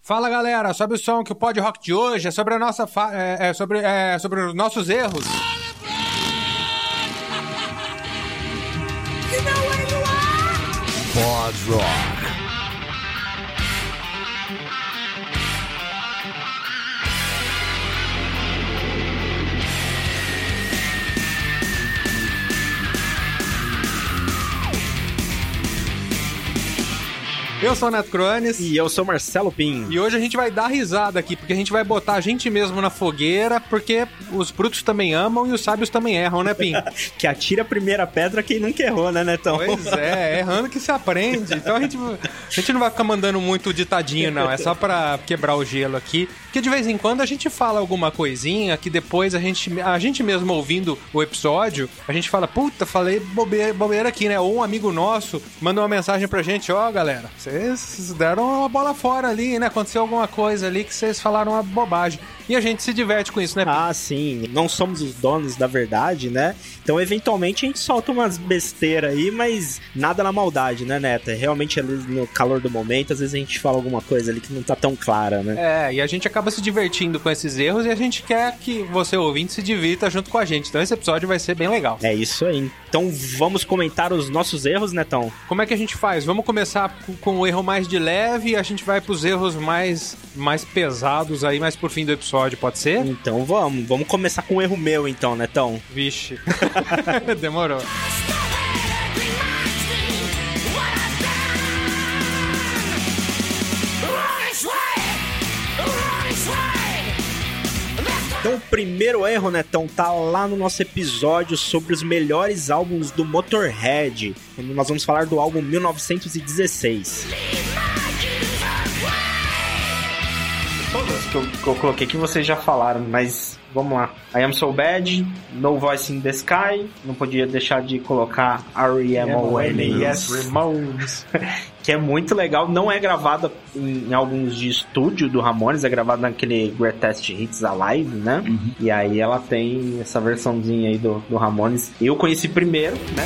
Fala galera, sobe o som que o Pod Rock de hoje é sobre a nossa sobre os nossos erros. Pod Rock. Eu sou o Neto Crones. E eu sou o Marcelo Pim. E hoje a gente vai dar risada aqui, porque a gente vai botar a gente mesmo na fogueira, porque os brutos também amam e os sábios também erram, né, Pim? Que atira a primeira pedra quem nunca errou, né, Netão? Pois é errando que se aprende. Então a gente não vai ficar mandando muito ditadinho, não. É só pra quebrar o gelo aqui. Porque de vez em quando a gente fala alguma coisinha que depois a gente mesmo ouvindo o episódio, a gente fala, puta, falei bobeira aqui, né? Ou um amigo nosso manda uma mensagem pra gente, ó, galera, vocês deram uma bola fora ali, né? Aconteceu alguma coisa ali que vocês falaram uma bobagem. E a gente se diverte com isso, né? Ah, sim. Não somos os donos da verdade, né? Então, eventualmente, a gente solta umas besteiras aí, mas nada na maldade, né, Neta? Realmente, ali no calor do momento, às vezes a gente fala alguma coisa ali que não tá tão clara, né? É, e a gente acaba se divertindo com esses erros e a gente quer que você, ouvinte, se divirta junto com a gente. Então, esse episódio vai ser bem legal. É isso aí. Então, vamos comentar os nossos erros, Netão? Como é que a gente faz? Vamos começar com o erro mais de leve e a gente vai pros erros mais pesados aí, mais por fim do episódio, pode ser? Então vamos começar com um erro meu então, Netão. Vixe. Demorou. Então o primeiro erro, Netão, tá lá no nosso episódio sobre os melhores álbuns do Motorhead. Nós vamos falar do álbum 1916. Todas que eu coloquei que vocês já falaram, mas vamos lá. I Am So Bad, No Voice in the Sky, não podia deixar de colocar R.E.M.O.N. Yes, Ramones. Que é muito legal, não é gravada em álbuns de estúdio do Ramones, é gravada naquele Greatest Hits Alive, né? Uhum. E aí ela tem essa versãozinha aí do Ramones. Eu conheci primeiro, né?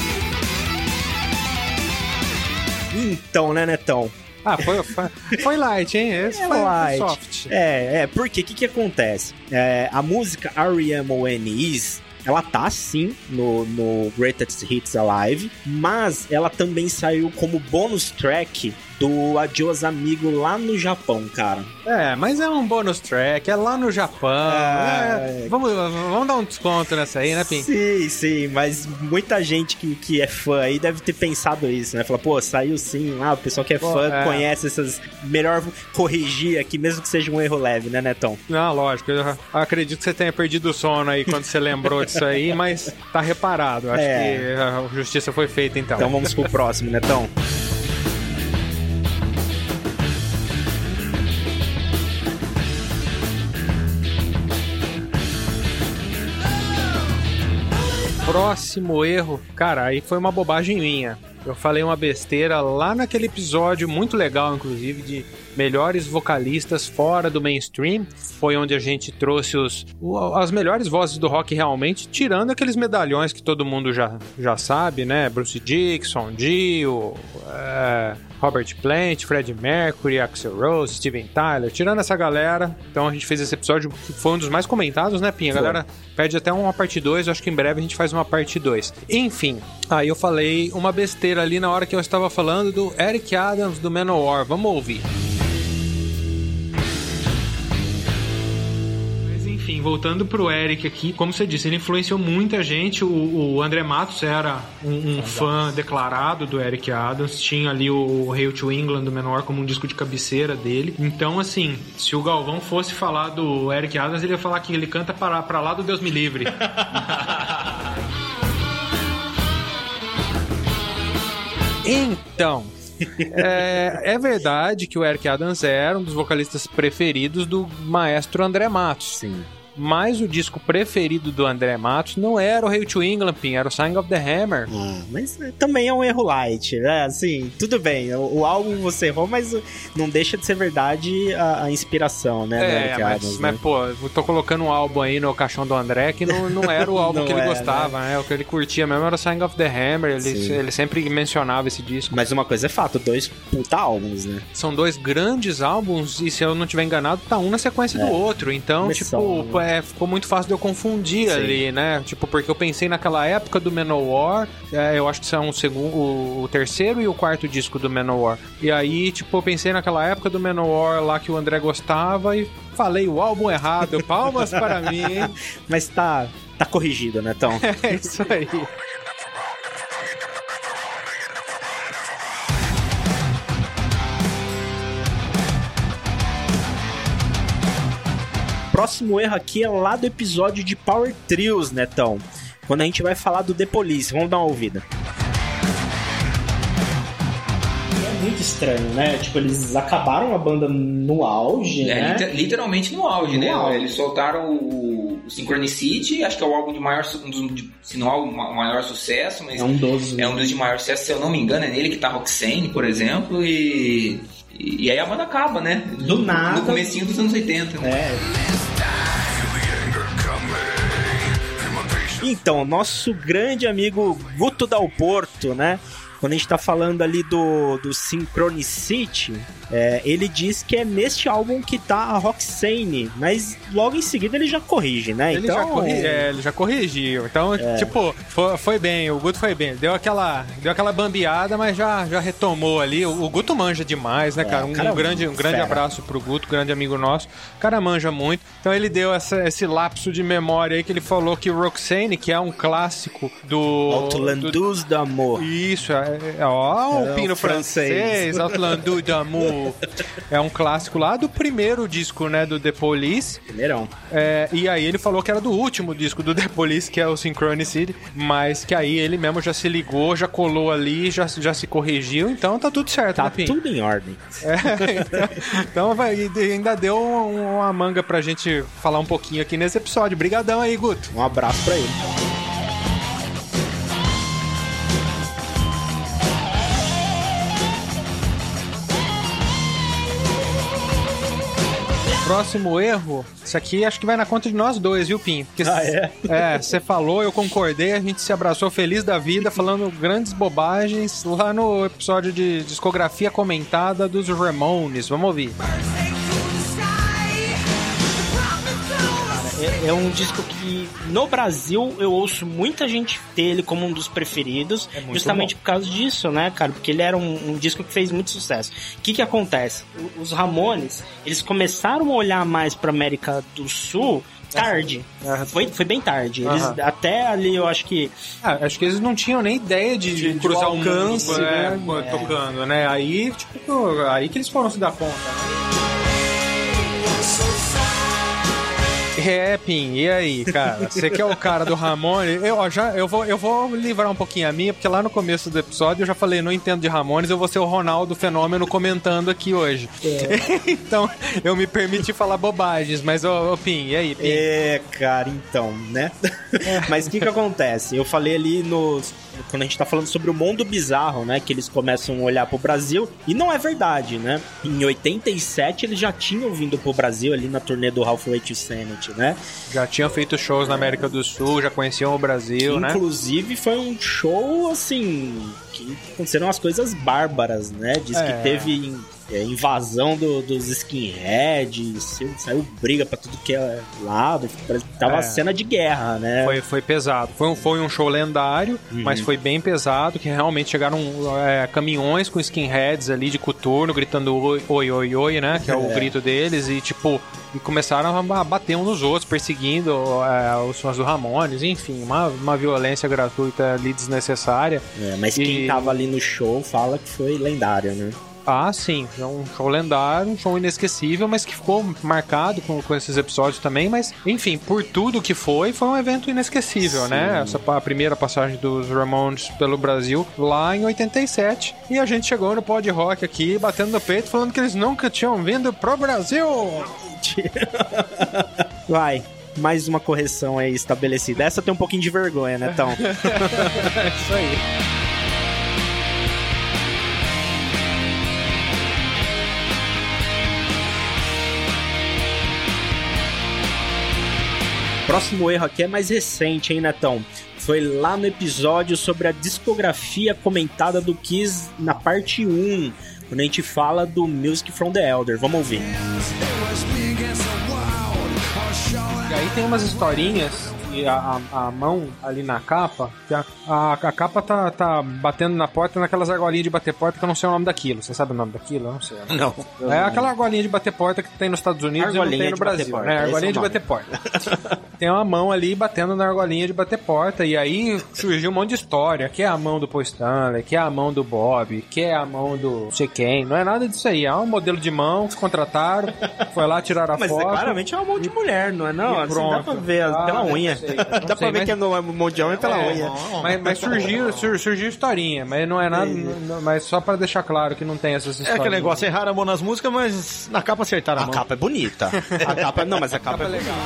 Então, né, Netão? Ah, foi light, hein? Esse foi light. Soft. Porque o que acontece? A música R.E.M.O.N. Ela tá sim no Greatest Hits Alive, mas ela também saiu como bônus track do Adios Amigo lá no Japão, cara. Mas é um bônus track, é lá no Japão. Vamos dar um desconto nessa aí, né, Pim? Sim, mas muita gente que é fã aí deve ter pensado isso, né? Fala, pô, saiu sim lá, o pessoal que é fã conhece essas... Melhor corrigir aqui, mesmo que seja um erro leve, né, Netão? Não, lógico, eu acredito que você tenha perdido o sono aí quando você lembrou disso aí, mas tá reparado. Acho que a justiça foi feita, então. Então vamos pro próximo, Netão. Próximo erro, cara, aí foi uma bobagem minha. Eu falei uma besteira lá naquele episódio muito legal, inclusive, de melhores vocalistas fora do mainstream. Foi onde a gente trouxe as melhores vozes do rock realmente, tirando aqueles medalhões que todo mundo já sabe, né? Bruce Dickinson, Dio, Robert Plant, Freddie Mercury, Axl Rose, Steven Tyler, tirando essa galera. Então a gente fez esse episódio que foi um dos mais comentados, né, Pinha? A galera pede até uma parte 2, eu acho que em breve a gente faz uma parte 2. Enfim, aí eu falei uma besteira ali na hora que eu estava falando do Eric Adams do Manowar. Vamos ouvir. Enfim, voltando pro Eric aqui, como você disse, ele influenciou muita gente. O André Matos era um fã declarado do Eric Adams, tinha ali o Hail to England do Manowar como um disco de cabeceira dele. Então, assim, se o Galvão fosse falar do Eric Adams, ele ia falar que ele canta pra lá do Deus me livre. Então... É verdade que o Eric Adams era um dos vocalistas preferidos do maestro André Matos. Sim. mas o disco preferido do André Matos não era o Hail to England, Pim, era o Sign of the Hammer. Mas também é um erro light, né? Assim, tudo bem, o álbum você errou, mas não deixa de ser verdade a inspiração, né? Mas, pô, eu tô colocando um álbum aí no caixão do André que não era o álbum que ele gostava, né? O que ele curtia mesmo era o Sign of the Hammer, ele sempre mencionava esse disco. Mas uma coisa é fato, 2 puta álbuns, né? São 2 grandes álbuns e, se eu não tiver enganado, tá um na sequência do outro, então, ficou muito fácil de eu confundir ali, né? Tipo, porque eu pensei naquela época do Manowar, eu acho que são o terceiro e o quarto disco do Manowar. E aí, tipo, eu pensei naquela época do Manowar lá que o André gostava e falei o álbum errado. Palmas para mim, hein? Mas tá corrigido, né, Tom? É isso aí. Próximo erro aqui é lá do episódio de Power Trios, Netão. Quando a gente vai falar do The Police. Vamos dar uma ouvida. É muito estranho, né? Tipo, eles acabaram a banda no auge, né? Literalmente no auge, né? Eles soltaram o Synchronicity, acho que é o álbum de maior, se não é o maior sucesso, mas é um dos de maior sucesso, se eu não me engano, é nele que tá Roxane, por exemplo, e aí a banda acaba, né? Do nada. No comecinho dos anos 80. Né? Então, nosso grande amigo Guto Dal Porto, né? Quando a gente tá falando ali do Synchronicity, ele diz que é neste álbum que tá a Roxane, mas logo em seguida ele já corrige, né? Ele já corrigiu. Então, tipo, foi bem, o Guto foi bem. Deu aquela bambeada, mas já retomou ali. O Guto manja demais, né, cara? Um grande abraço pro Guto, grande amigo nosso. O cara manja muito. Então ele deu esse lapso de memória aí que ele falou que o Roxane, que é um clássico do... Outlandus d'Amour. Isso, o pino francês, Outlandus d'Amour. É um clássico lá do primeiro disco, né, do The Police. Primeirão. E aí ele falou que era do último disco do The Police, que é o Synchronicity, mas que aí ele mesmo já se ligou, já colou ali, já se corrigiu, então tá tudo certo, tá, né, Pim? Tudo em ordem. Então ainda deu uma manga pra gente falar um pouquinho aqui nesse episódio. Brigadão aí, Guto. Um abraço pra ele. Próximo erro, isso aqui acho que vai na conta de nós dois, viu, Pim? Porque você falou, eu concordei, a gente se abraçou feliz da vida, falando grandes bobagens lá no episódio de discografia comentada dos Ramones. Vamos ouvir. É um disco que no Brasil eu ouço muita gente ter ele como um dos preferidos, justamente por causa disso, né, cara? Porque ele era um disco que fez muito sucesso. O que acontece? Os Ramones, eles começaram a olhar mais pra América do Sul tarde. Foi bem tarde. Eles, até ali, eu acho que... acho que eles não tinham nem ideia de cruzar o alcance, tocando, né? Aí, tipo, aí que eles foram se dar conta, né? Pim, e aí, cara? Você que é o cara do Ramones, eu vou livrar um pouquinho a minha, porque lá no começo do episódio eu já falei, não entendo de Ramones, eu vou ser o Ronaldo Fenômeno comentando aqui hoje. Então, eu me permiti falar bobagens, mas, Pim, e aí, Pim? Cara, então, né? Mas o que acontece? Eu falei ali quando a gente tá falando sobre o mundo bizarro, né? Que eles começam a olhar pro Brasil, e não é verdade, né? Em 87 eles já tinham vindo pro Brasil ali na turnê do Halfway to Sanity, né? Já tinham feito shows na América do Sul, já conheciam o Brasil, né? Inclusive foi um show, assim, que aconteceram umas coisas bárbaras, né? Diz que teve invasão dos skinheads, saiu briga pra tudo que é lado, tava cena de guerra, né? Foi pesado. Foi um show lendário, mas foi bem pesado, que realmente chegaram caminhões com skinheads ali de coturno, gritando oi, oi, oi, né? Que é o grito deles, e tipo... E começaram a bater uns nos outros, perseguindo os fãs do Ramones, enfim, uma violência gratuita ali desnecessária. Mas quem tava ali no show fala que foi lendário, né? Ah, sim, é um show lendário, um show inesquecível, mas que ficou marcado com esses episódios também, mas, enfim, por tudo que foi um evento inesquecível, sim, né? A primeira passagem dos Ramones pelo Brasil, lá em 87, e a gente chegou no Pod Rock aqui, batendo no peito, falando que eles nunca tinham vindo pro Brasil! Vai. mais uma correção aí estabelecida. Essa tem um pouquinho de vergonha, né, Tom? É isso aí. Próximo erro aqui é mais recente, hein, Netão? Foi lá no episódio sobre a discografia comentada do Kiss na parte 1, quando a gente fala do Music from the Elder. Vamos ouvir. E aí tem umas historinhas e a mão ali na capa, que a capa tá batendo na porta naquelas argolinhas de bater porta que eu não sei o nome daquilo. Você sabe o nome daquilo? Eu não sei. Não. É aquela argolinha de bater porta que tem nos Estados Unidos e não tem no Brasil. É, argolinha de bater porta. Tem uma mão ali batendo na argolinha de bater porta, e aí surgiu um monte de história, que é a mão do Paul Stanley, que é a mão do Bob, que é a mão do sei quem. Não é nada disso aí, é um modelo de mão que contrataram, foi lá tirar a foto. Mas claramente é uma mão de mulher, não é não? Assim, dá pra ver pela unha. Dá pra ver que é uma mão de homem pela unha. Mas surgiu historinha, mas não é nada, mas só pra deixar claro que não tem essas histórias. É aquele negócio, erraram a mão nas músicas, mas na capa acertaram a mão. A capa é bonita. A capa, não, mas a capa é legal.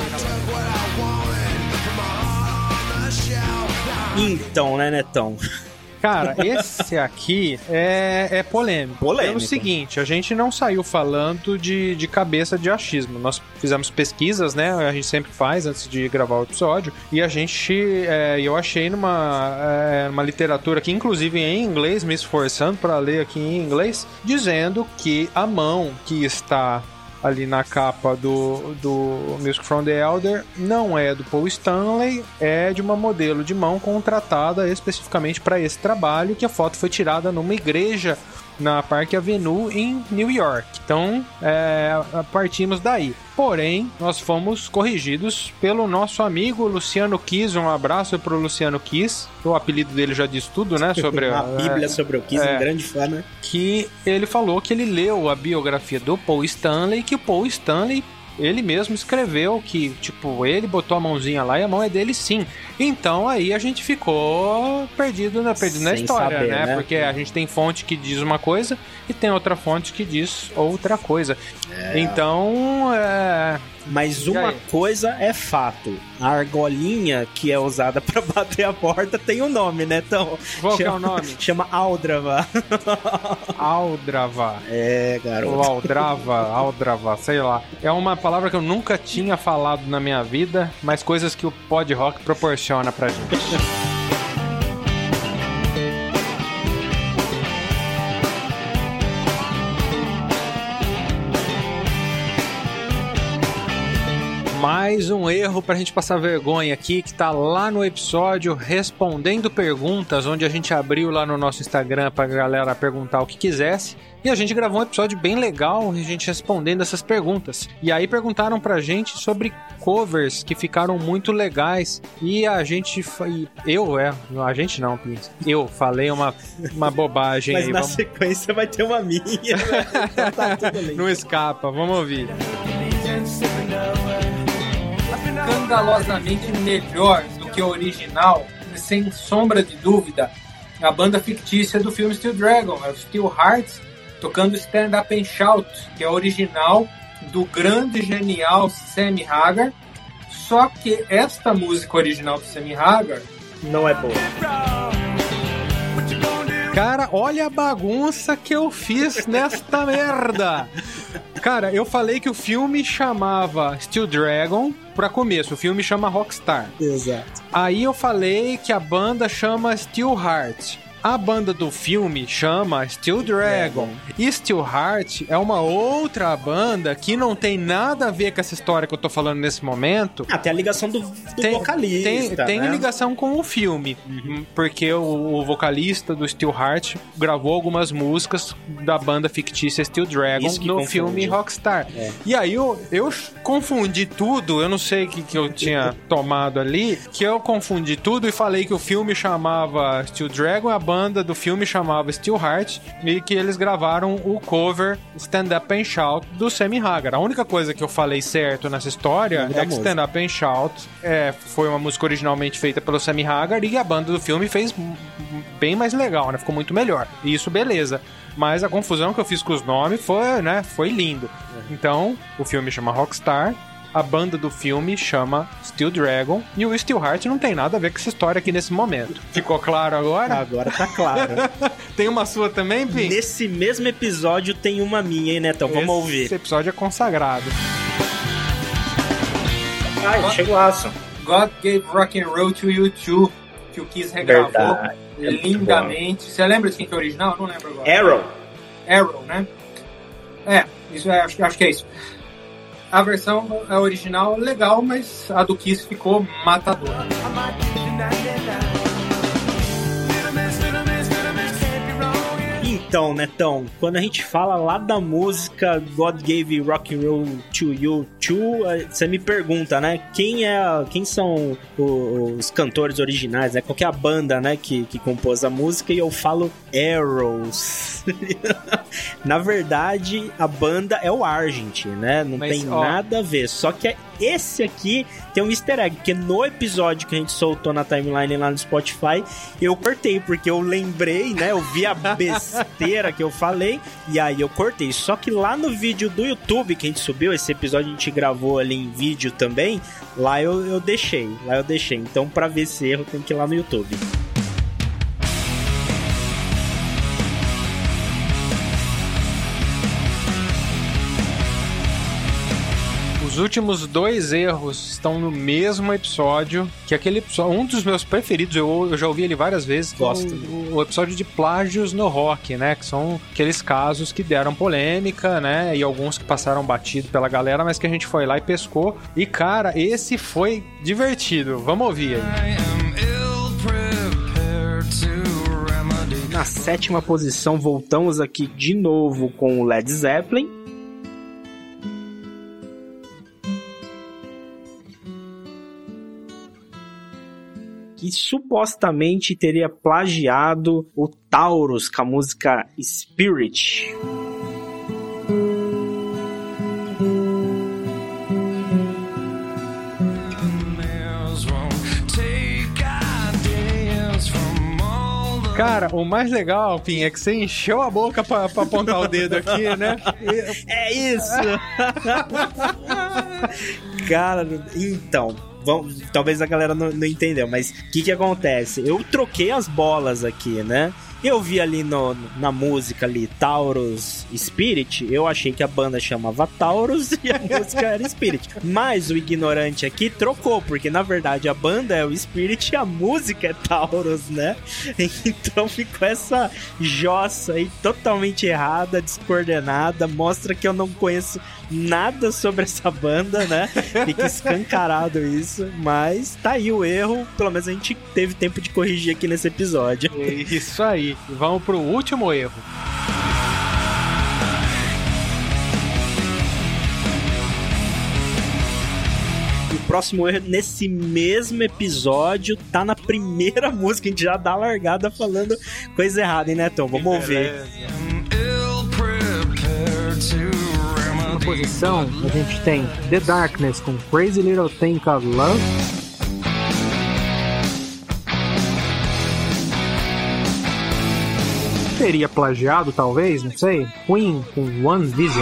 Então, né, Netão? Cara, esse aqui é polêmico. Pelo seguinte, a gente não saiu falando de cabeça de achismo. Nós fizemos pesquisas, né? A gente sempre faz antes de gravar o episódio. E a gente, eu achei numa literatura aqui, inclusive em inglês, me esforçando para ler aqui em inglês, dizendo que a mão que está ali na capa do Music from the Elder não é do Paul Stanley, é de uma modelo de mão contratada especificamente para esse trabalho, que a foto foi tirada numa igreja na Park Avenue em New York. Então, partimos daí. Porém, nós fomos corrigidos pelo nosso amigo Luciano Kiss. Um abraço pro Luciano Kiss. O apelido dele já diz tudo, né? Sobre a Bíblia sobre o Kiss, um grande fã, né? Que ele falou que ele leu a biografia do Paul Stanley, que o Paul Stanley, ele mesmo escreveu que, tipo, ele botou a mãozinha lá e a mão é dele sim. Então aí a gente ficou perdido na história, saber, né? Porque a gente tem fonte que diz uma coisa e tem outra fonte que diz outra coisa. Então, Mas uma coisa é fato. A argolinha que é usada pra bater a porta tem um nome, né? Então, qual que é o nome? Chama Aldrava. Aldrava. Garoto. Ou Aldrava, sei lá. É uma palavra que eu nunca tinha falado na minha vida, mas coisas que o Pod Rock proporciona pra gente. Mais um erro pra gente passar vergonha aqui, que tá lá no episódio Respondendo Perguntas, onde a gente abriu lá no nosso Instagram pra galera perguntar o que quisesse. E a gente gravou um episódio bem legal, a gente respondendo essas perguntas. E aí perguntaram pra gente sobre covers que ficaram muito legais. E a gente... a gente não, Pins. Eu falei uma bobagem. Mas aí, na sequência vai ter uma minha. Tá tudo lindo. Não escapa, vamos ouvir. Escandalosamente melhor do que o original, sem sombra de dúvida, a banda fictícia do filme Steel Dragon, é o Steel Hearts, tocando Stand Up and Shout, que é original do grande e genial Sammy Hagar, só que esta música original do Sammy Hagar não é boa. Cara, olha a bagunça que eu fiz nesta merda. Cara, eu falei que o filme chamava Steel Dragon pra começo. O filme chama Rockstar. Exato. Aí eu falei que a banda chama Steel Heart. A banda do filme chama Steel Dragon. E Steel Heart é uma outra banda que não tem nada a ver com essa história que eu tô falando nesse momento. Tem a ligação do vocalista. Tem né? ligação com o filme. Porque o vocalista do Steel Heart gravou algumas músicas da banda fictícia Steel Dragon no filme Rockstar. E aí eu confundi tudo. Eu não sei o que eu tinha tomado ali. Que eu confundi tudo e falei que o filme chamava Steel Dragon, a banda do filme chamava Steel Heart, e que eles gravaram o cover Stand Up and Shout do Sammy Hagar. A única coisa que eu falei certo nessa história é que Stand Up and Shout foi uma música originalmente feita pelo Sammy Hagar, e a banda do filme fez bem mais legal, né? Ficou muito melhor. E isso, beleza. Mas a confusão que eu fiz com os nomes foi lindo. Então, o filme chama Rockstar a banda do filme chama Steel Dragon e o Steel Heart não tem nada a ver com essa história aqui nesse momento. Ficou claro agora? Agora tá claro. Tem uma sua também, Pim? Nesse mesmo episódio tem uma minha, hein, Netão? Vamos ouvir. Esse episódio é consagrado. Ai, chegou aço. God Gave Rock and Roll to You Too, que o Kiss regravou. Verdade. Lindamente. Você lembra de quem que é o original? Não lembro agora. Arrow, né? Isso acho que é isso. A versão original é legal, mas a do Kiss ficou matadora. Então, Netão, quando a gente fala lá da música God Gave Rock and Roll to You Too, você me pergunta, né? Quem são os cantores originais, né? Qual que é a banda, né, que compôs a música? E eu falo Arrows. Na verdade, a banda é o Argent, né? Não tem nada a ver. Só que esse aqui tem um easter egg, porque no episódio que a gente soltou na timeline lá no Spotify, eu cortei, porque eu lembrei, né? Eu vi a besteira que eu falei, e aí eu cortei. Só que lá no vídeo do YouTube que a gente subiu, esse episódio a gente gravou ali em vídeo também, lá eu deixei. Então, pra ver esse erro, tem que ir lá no YouTube. Os últimos 2 erros estão no mesmo episódio, que aquele episódio, um dos meus preferidos, eu já ouvi ele várias vezes, gosto. O episódio de plágios no rock, né, que são aqueles casos que deram polêmica, né, e alguns que passaram batido pela galera, mas que a gente foi lá e pescou, e cara, esse foi divertido, vamos ouvir aí. Na 7ª posição, voltamos aqui de novo com o Led Zeppelin. Que supostamente teria plagiado o Taurus com a música Spirit. Cara, o mais legal, Pim, é que você encheu a boca pra apontar o dedo aqui, né? É isso! Cara, então... talvez a galera não entendeu, mas o que acontece? Eu troquei as bolas aqui, né? Eu vi ali na música ali, Taurus Spirit, eu achei que a banda chamava Taurus e a música era Spirit. Mas o ignorante aqui trocou, porque na verdade a banda é o Spirit e a música é Taurus, né? Então ficou essa jossa aí totalmente errada, descoordenada, mostra que eu não conheço nada sobre essa banda, né? Fica escancarado isso, mas tá aí o erro, pelo menos a gente teve tempo de corrigir aqui nesse episódio. Isso aí. Vamos pro último erro. O próximo erro, nesse mesmo episódio, tá na primeira música, a gente já dá a largada falando coisa errada, hein, Netão? Vamos ouvir. Na posição, a gente tem The Darkness com Crazy Little Thing Called Love. Teria plagiado, talvez, não sei. Queen com One Vision.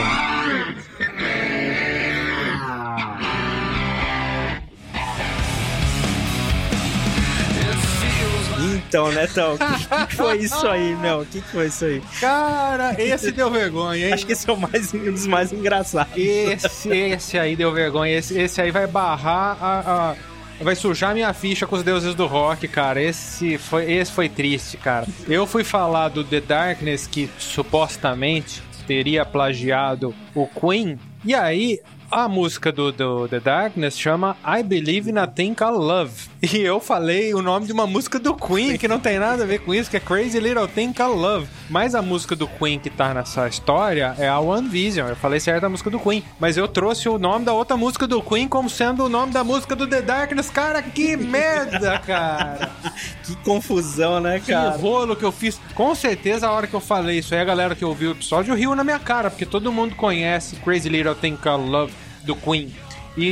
Então, Netão, o que foi isso aí, meu? O que foi isso aí? Cara, esse deu vergonha, hein? Acho que esse é um dos mais engraçados. Esse aí deu vergonha. Esse aí vai barrar vai sujar minha ficha com os deuses do rock, cara. Esse foi triste, cara. Eu fui falar do The Darkness, que supostamente teria plagiado o Queen, e aí a música do The Darkness chama I Believe in a Thing Called Love. E eu falei o nome de uma música do Queen, que não tem nada a ver com isso, que é Crazy Little Thing Called Love. Mas a música do Queen que tá nessa história é a One Vision. Eu falei certo a música do Queen. Mas eu trouxe o nome da outra música do Queen como sendo o nome da música do The Darkness. Cara, que merda, cara. Que confusão, né, cara? Que rolo que eu fiz. Com certeza, a hora que eu falei isso aí, a galera que ouviu o episódio riu na minha cara, porque todo mundo conhece Crazy Little Thing Called Love do Queen. E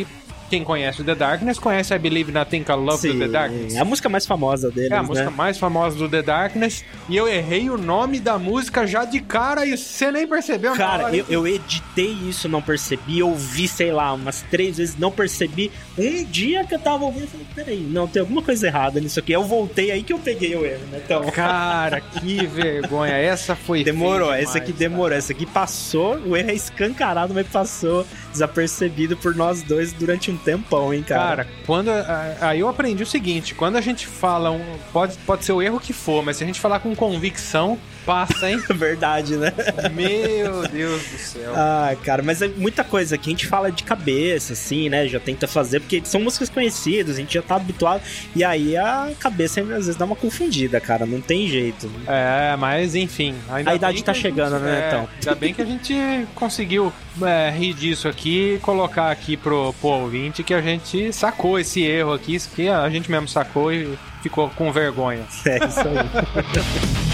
quem conhece o The Darkness conhece I Believe Nothing Can Love do The Darkness. É a música mais famosa deles, É a música mais famosa do The Darkness. E eu errei o nome da música já de cara e você nem percebeu. Cara, eu editei isso, não percebi. Ouvi, sei lá, umas 3 vezes, não percebi. Um dia que eu tava ouvindo, eu falei, peraí, não, tem alguma coisa errada nisso aqui. Eu voltei aí que eu peguei o erro, né? Então... Cara, que vergonha. Essa foi demorou, demais, essa aqui demorou. Cara. Essa aqui passou, o erro é escancarado, mas passou desapercebido por nós dois durante um tempão, hein, cara? Cara, aí eu aprendi o seguinte, quando a gente fala, pode ser o erro que for, mas se a gente falar com convicção, passa, hein? Verdade, né? Meu Deus do céu. Ah, cara, mas é muita coisa que a gente fala de cabeça, assim, né? Já tenta fazer, porque são músicas conhecidas, a gente já tá habituado, e aí a cabeça às vezes dá uma confundida, cara, não tem jeito. Mas enfim. A idade tá chegando, né, então? Ainda bem que a gente conseguiu rir disso aqui e colocar aqui pro ouvinte que a gente sacou esse erro aqui, isso que a gente mesmo sacou e ficou com vergonha. É isso aí.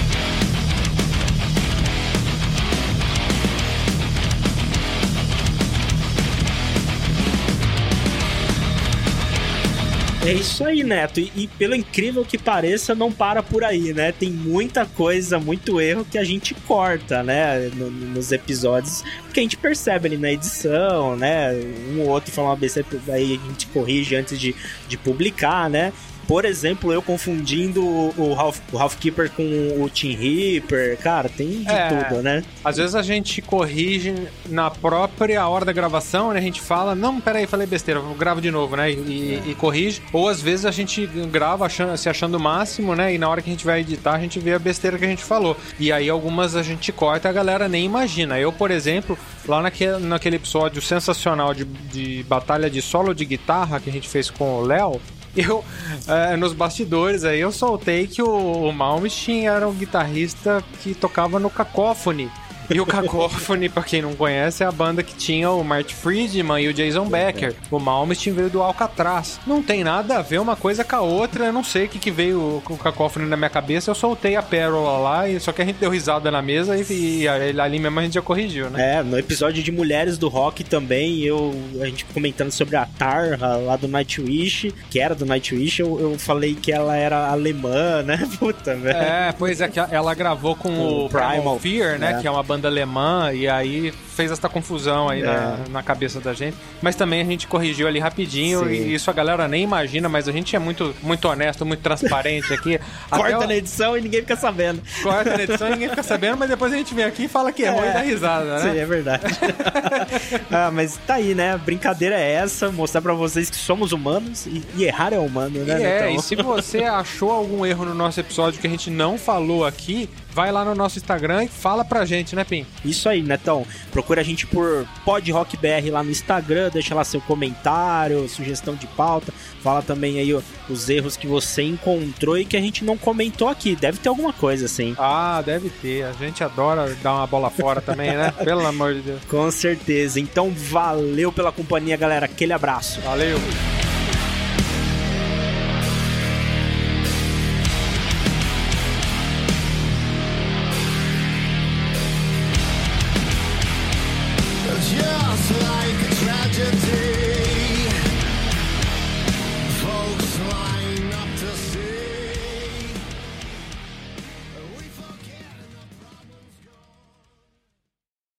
É isso aí, Neto. E pelo incrível que pareça, não para por aí, né? Tem muita coisa, muito erro que a gente corta, né? Nos episódios, porque a gente percebe ali na edição, né? Um ou outro fala uma besteira, aí a gente corrige antes de publicar, né? Por exemplo, eu confundindo o Ralph Keeper com o Tim Reaper. Cara, tem de tudo, né? Às vezes a gente corrige na própria hora da gravação, né? A gente fala, não, peraí, falei besteira, eu gravo de novo, né? E corrige. Ou às vezes a gente grava se achando o máximo, né? E na hora que a gente vai editar, a gente vê a besteira que a gente falou. E aí algumas a gente corta e a galera nem imagina. Eu, por exemplo, lá naquele episódio sensacional de batalha de solo de guitarra que a gente fez com o Léo, nos bastidores aí, eu soltei que o Malmsteen era um guitarrista que tocava no Cacophony. E o Cacophony, pra quem não conhece, é a banda que tinha o Marty Friedman e o Jason Becker. O Malmsteen veio do Alcatraz. Não tem nada a ver uma coisa com a outra. Eu não sei o que veio com o Cacophony na minha cabeça. Eu soltei a pérola lá, só que a gente deu risada na mesa e ali mesmo a gente já corrigiu, né? No episódio de Mulheres do Rock também, a gente comentando sobre a Tarha lá do Nightwish, que era do Nightwish, eu falei que ela era alemã, né? Puta, velho. Pois é, que ela gravou com o Primal Fear, né? Que é uma banda alemã, e aí fez essa confusão aí na cabeça da gente, mas também a gente corrigiu ali rapidinho. Sim. E isso a galera nem imagina, mas a gente é muito, muito honesto, muito transparente aqui. Corta na edição e ninguém fica sabendo. Corta na edição e ninguém fica sabendo, mas depois a gente vem aqui e fala que errou e dá risada, né? Sim, é verdade. Mas tá aí, né? A brincadeira é essa, mostrar pra vocês que somos humanos e errar é humano, né? E se você achou algum erro no nosso episódio que a gente não falou aqui, vai lá no nosso Instagram e fala pra gente, né, Pim? Isso aí, Netão. Procura a gente por PodRockBR lá no Instagram, deixa lá seu comentário, sugestão de pauta, fala também aí os erros que você encontrou e que a gente não comentou aqui. Deve ter alguma coisa, assim. Ah, deve ter. A gente adora dar uma bola fora também, né? Pelo amor de Deus. Com certeza. Então, valeu pela companhia, galera. Aquele abraço. Valeu.